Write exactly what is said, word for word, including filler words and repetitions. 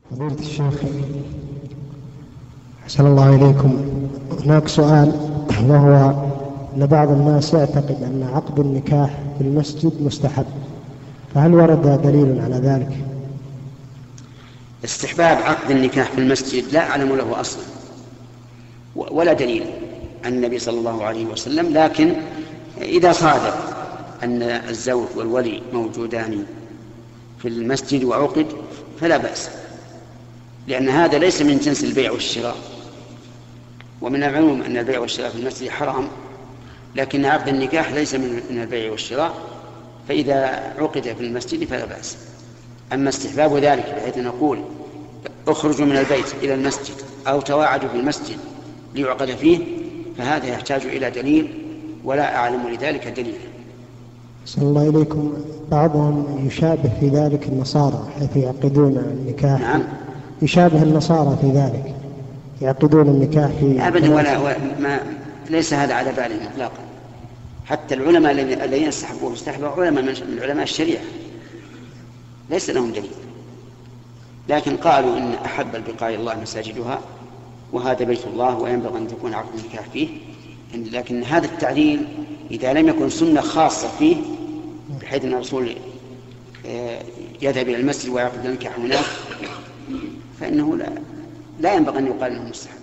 فضيلة الشيخ أحسن الله إليكم، هناك سؤال وهو أن بعض الناس يعتقد أن عقد النكاح في المسجد مستحب، فهل ورد دليل على ذلك؟ استحباب عقد النكاح في المسجد لا أعلم له أصلا ولا دليل عن النبي صلى الله عليه وسلم، لكن إذا صادف أن الزوج والولي موجودان في المسجد وعقد فلا بأس، لأن هذا ليس من جنس البيع والشراء، ومن المعلوم أن البيع والشراء في المسجد حرام، لكن عقد النكاح ليس من البيع والشراء، فإذا عقد في المسجد فلا بأس. أما استحباب ذلك بحيث نقول اخرجوا من البيت إلى المسجد أو تواعدوا في المسجد ليعقد فيه، فهذا يحتاج إلى دليل ولا أعلم لذلك دليلا. صلى الله إليكم، بعضهم يشابه في ذلك النصارى حيث يعقدون النكاح. نعم. يشابه النصارى في ذلك، يعقدون النكاح في أبدا ولا ما ليس هذا على بالهم إطلاقا. حتى العلماء الذين استحبوه استحبوا علماء من علماء الشريعة ليس لهم دليل، لكن قالوا إن أحب البقاع الله مساجدها وهذا بيت الله وينبغي أن تكون عقد النكاح فيه، لكن هذا التعليل إذا لم يكن سنة خاصة فيه بحيث أن الرسول يذهب إلى المسجد ويعقد النكاح هناك، فإنه لا, لا ينبغي أن يقال أنه مستحب.